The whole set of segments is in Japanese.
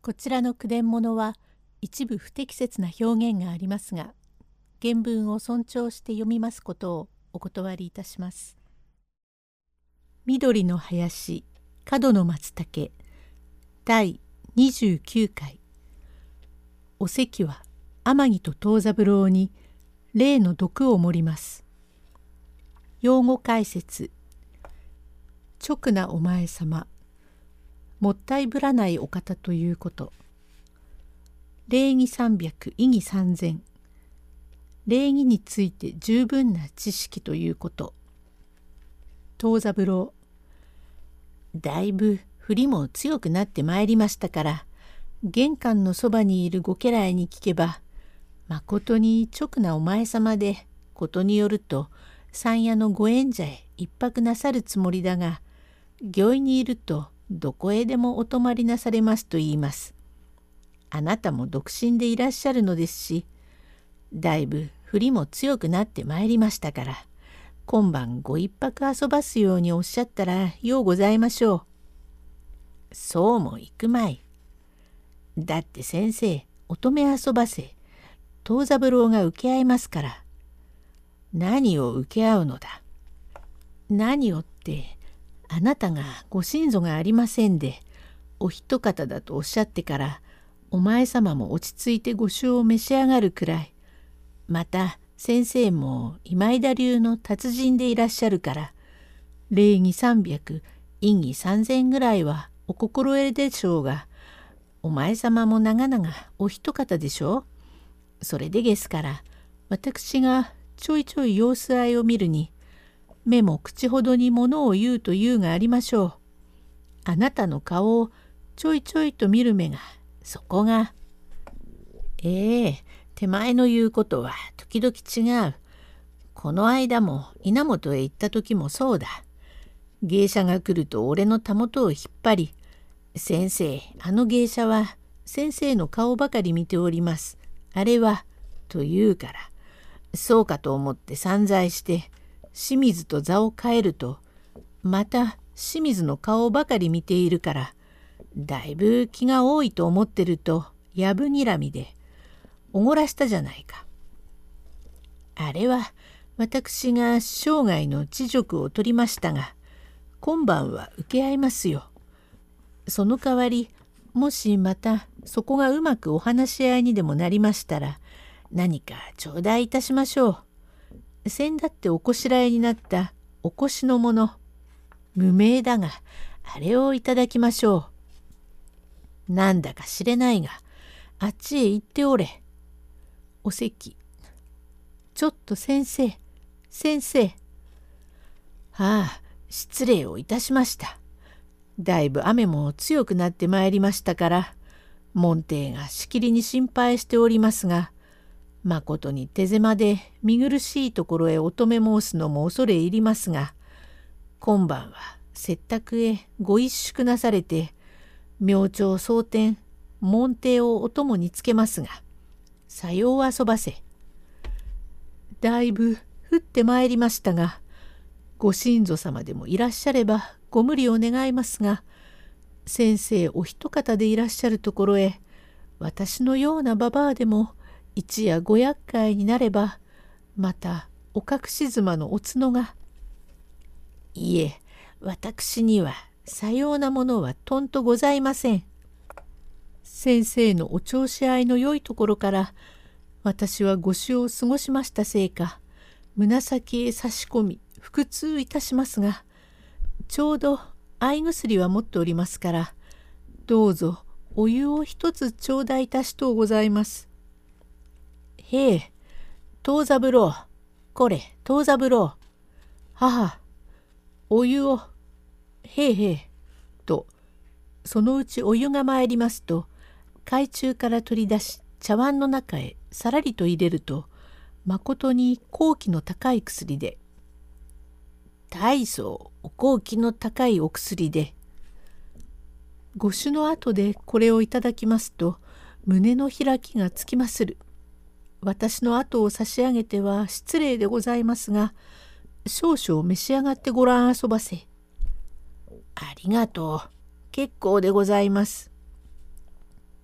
こちらの句伝物は一部不適切な表現がありますが、原文を尊重して読みますことをお断りいたします。緑の林、角の松茸、第29回。お関は天城と藤三郎に例の毒を盛ります。用語解説。直なお前様、もったいぶらないお方ということ。礼儀300、意義3000。礼儀について十分な知識ということ。藤三郎、だいぶ振りも強くなってまいりましたから、玄関のそばにいるご家来に聞けば、まことに直なお前様で、ことによると山谷のご縁者へ一泊なさるつもりだが、御意にいるとどこへでもお泊まりなされますと言います。あなたも独身でいらっしゃるのですし、だいぶ振りも強くなってまいりましたから、今晩ご一泊遊ばすようにおっしゃったらようございましょう。そうもいくまい。だって先生、乙女遊ばせ、藤三郎が受け合いますから。何を受け合うのだ。何をって、あなたがご親祖がありませんで、お一方だとおっしゃってから、お前様も落ち着いてご酒を召し上がるくらい、また先生も今井田流の達人でいらっしゃるから、礼儀300、意義3000ぐらいはお心得でしょうが、お前様も長々お一方でしょう。それでですから、私がちょいちょい様子合いを見るに、目も口ほどにものを言うというがありましょう。あなたの顔をちょいちょいと見る目が、そこが。手前の言うことは時々違う。この間も稲本へ行った時もそうだ。芸者が来ると俺のたもとを引っ張り、先生、あの芸者は先生の顔ばかり見ております。あれは、と言うから、そうかと思って散財して、清水と座を変えると、また清水の顔ばかり見ているから、だいぶ気が多いと思ってると、やぶにらみで、おごらしたじゃないか。あれは、私が生涯の知辱を取りましたが、今晩は受け合いますよ。その代わり、もしまたそこがうまくお話し合いにでもなりましたら、何か頂戴いたしましょう。先だっておこしらえになったおこしのもの、無名だが、あれをいただきましょう。なんだか知れないが、あっちへ行っておれ。お関、ちょっと先生、先生。ああ、失礼をいたしました。だいぶ雨も強くなってまいりましたから、門弟がしきりに心配しておりますが、まことに手狭で見苦しいところへお止め申すのも恐れ入りますが、今晩は接託へご一宿なされて、明朝蒼天、門弟をお供につけますが、さよう遊ばせ。だいぶ降ってまいりましたが、ご親祖様でもいらっしゃればご無理を願いますが、先生お一方でいらっしゃるところへ、私のようなババアでも一夜ご厄介になれば、またお隠し妻のお角が。いえ、私にはさようなものはとんとございません。先生のお調子合いの良いところから、私はご酒を過ごしましたせいか、胸先へ差し込み腹痛いたしますが、ちょうど合い薬は持っておりますから、どうぞお湯を一つ頂戴いたしとうございます。へえ、藤三郎、これ藤三郎。母、お湯を。へえへえ。と、そのうちお湯が参りますと、懐中から取り出し、茶碗の中へさらりと入れると、まことに効気の高い薬で、大層お効気の高いお薬で、ご酒の後でこれをいただきますと、胸の開きがつきまする。私の後を差し上げては失礼でございますが、少々召し上がってごらん遊ばせ。ありがとう。結構でございます。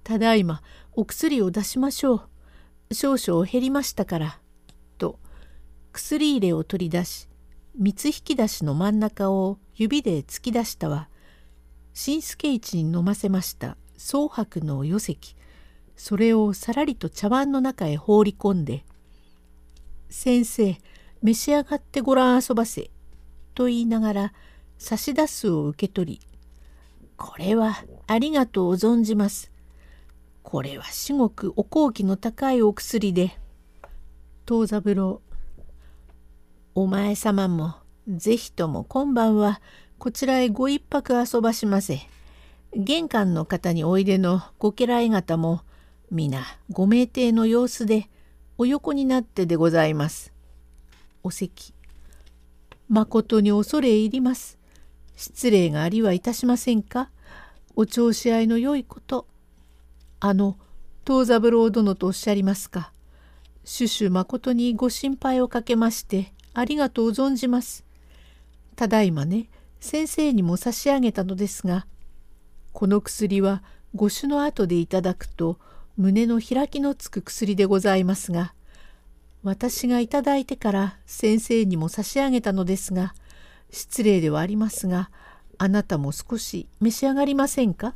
ただいまお薬を出しましょう。少々減りましたから。と薬入れを取り出し、蜜引き出しの真ん中を指で突き出したは、新助市に飲ませました蒼白の余石、それをさらりと茶碗の中へ放り込んで、先生、召し上がってごらん遊ばせ、と言いながら差し出すを受け取り、これはありがとう存じます。これは至極お好気の高いお薬で。藤三郎、お前様もぜひとも今晩はこちらへご一泊遊ばしませ。玄関の方においでのご家来方も皆ご酩酊の様子でお横になってでございます。お関、まことに恐れ入ります。失礼がありはいたしませんか。お調子合いの良いこと。藤三郎殿とおっしゃりますか。主々まことにご心配をかけましてありがとう存じます。ただいまね、先生にも差し上げたのですが、この薬はご酒の後でいただくと胸の開きのつく薬でございますが、私がいただいてから先生にも差し上げたのですが、失礼ではありますが、あなたも少し召し上がりませんか。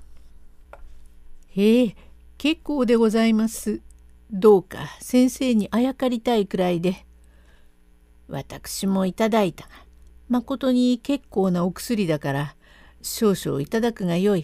結構でございます。どうか先生にあやかりたいくらいで。私もいただいたが、まことに結構なお薬だから少々いただくがよい。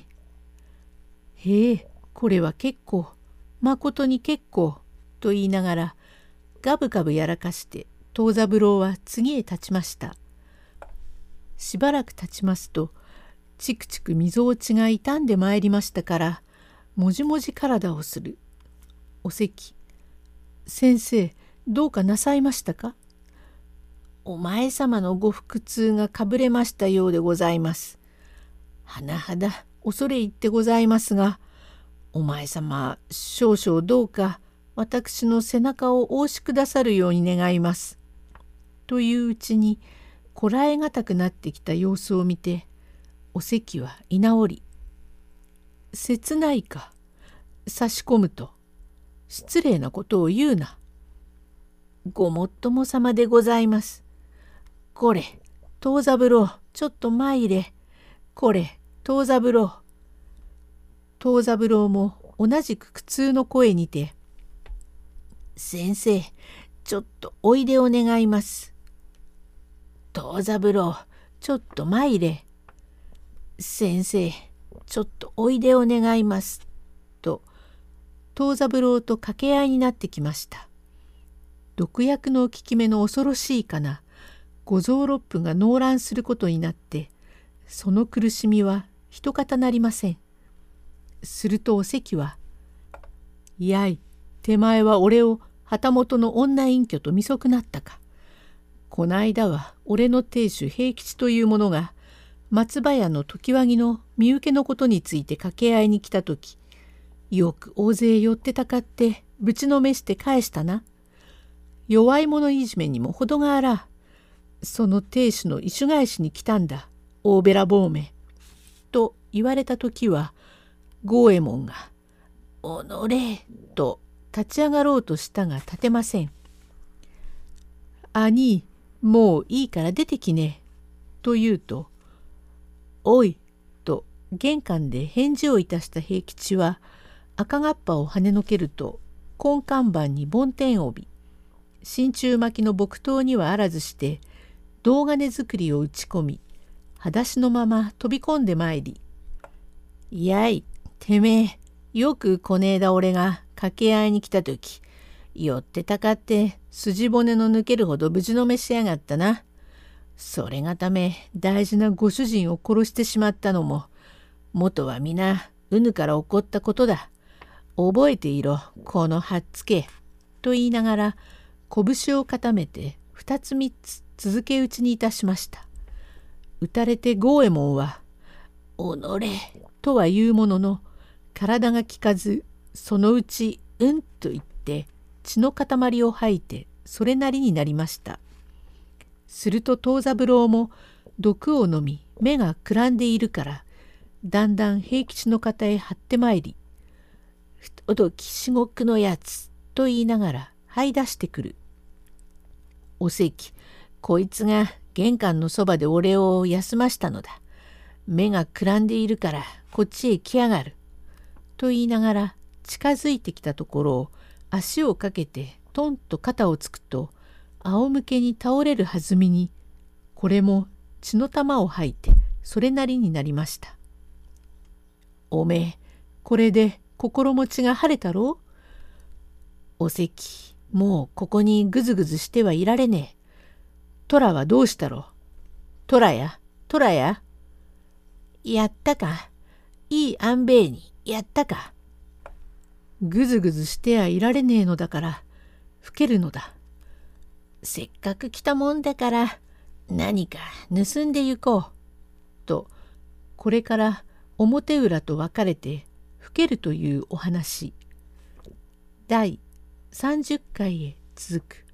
これは結構、まことに結構、と言いながらガブガブやらかして藤三郎は次へ立ちました。しばらく経ちますと、ちくちくみぞおちが傷んでまいりましたから、もじもじ体をする。お関、先生、どうかなさいましたか。お前様のご腹痛がかぶれましたようでございます。甚だ恐れ入ってございますが、お前様少々どうか私の背中をお押しくださるように願います。といううちにこらえがたくなってきた様子を見て、お関は居直り、切ないか、差し込むと、失礼なことを言うな。ごもっとも様でございます。これ、藤三郎、ちょっと参れ。これ、藤三郎。藤三郎も同じく苦痛の声にて、先生、ちょっとおいでを願います。藤三郎、ちょっと参れ。先生、ちょっとおいでを願います。と、藤三郎と掛け合いになってきました。毒薬の効き目の恐ろしいかな、五臓六腑が脳乱することになって、その苦しみは一方なりません。するとお関は、やい、手前は俺を旗本の女隠居と見損なったか。この間は俺の亭主平吉という者が松葉屋の常盤木の身請けのことについて掛け合いに来たとき、よく大勢寄ってたかってぶちのめして返したな。弱い者いじめにも程があら。その亭主の意趣返しに来たんだ、大べらぼうめ。と言われたときは、郷右衛門が、おのれ、と立ち上がろうとしたが立てません。兄、もういいから出てきね。と言うと、おい、と玄関で返事をいたした平吉は、赤がっぱをはねのけると、金看板に梵天帯、真鍮巻きの木刀にはあらずして、銅金作りを打ち込み、裸足のまま飛び込んでまいり、やい、てめえ、よくこねえだ俺が掛け合いに来たとき、寄ってたかって筋骨の抜けるほど無事のめしやがったな。それがため大事なご主人を殺してしまったのも、元は皆うぬから起こったことだ。覚えていろ、このはっつけ。と言いながら、拳を固めて二つ三つ続け打ちにいたしました。打たれて郷右衛門は、おのれ、とは言うものの、体が利かず、そのうち、うんと言って、血の塊を吐いて、それなりになりました。すると藤三郎も、毒を飲み、目がくらんでいるから、だんだん平吉の肩へ張ってまいり、 不届き至極のやつと言いながら這い出してくる。おせき、こいつが玄関のそばで俺を休ましたのだ。目がくらんでいるからこっちへ来やがる。と言いながら近づいてきたところを足をかけてトンと肩をつくと、仰向けに倒れるはずみに、これも血の玉を吐いてそれなりになりました。おめえ、これで心持ちが晴れたろう。おせき、もうここにぐずぐずしてはいられねえ。トラはどうしたろう。トラや、トラや。やったか。いいあんべえにやったか。ぐずぐずしてはいられねえのだから、老けるのだ。せっかく来たもんだから、何か盗んでゆこう。と、これから表裏と分かれて老けるというお話。第30回へ続く。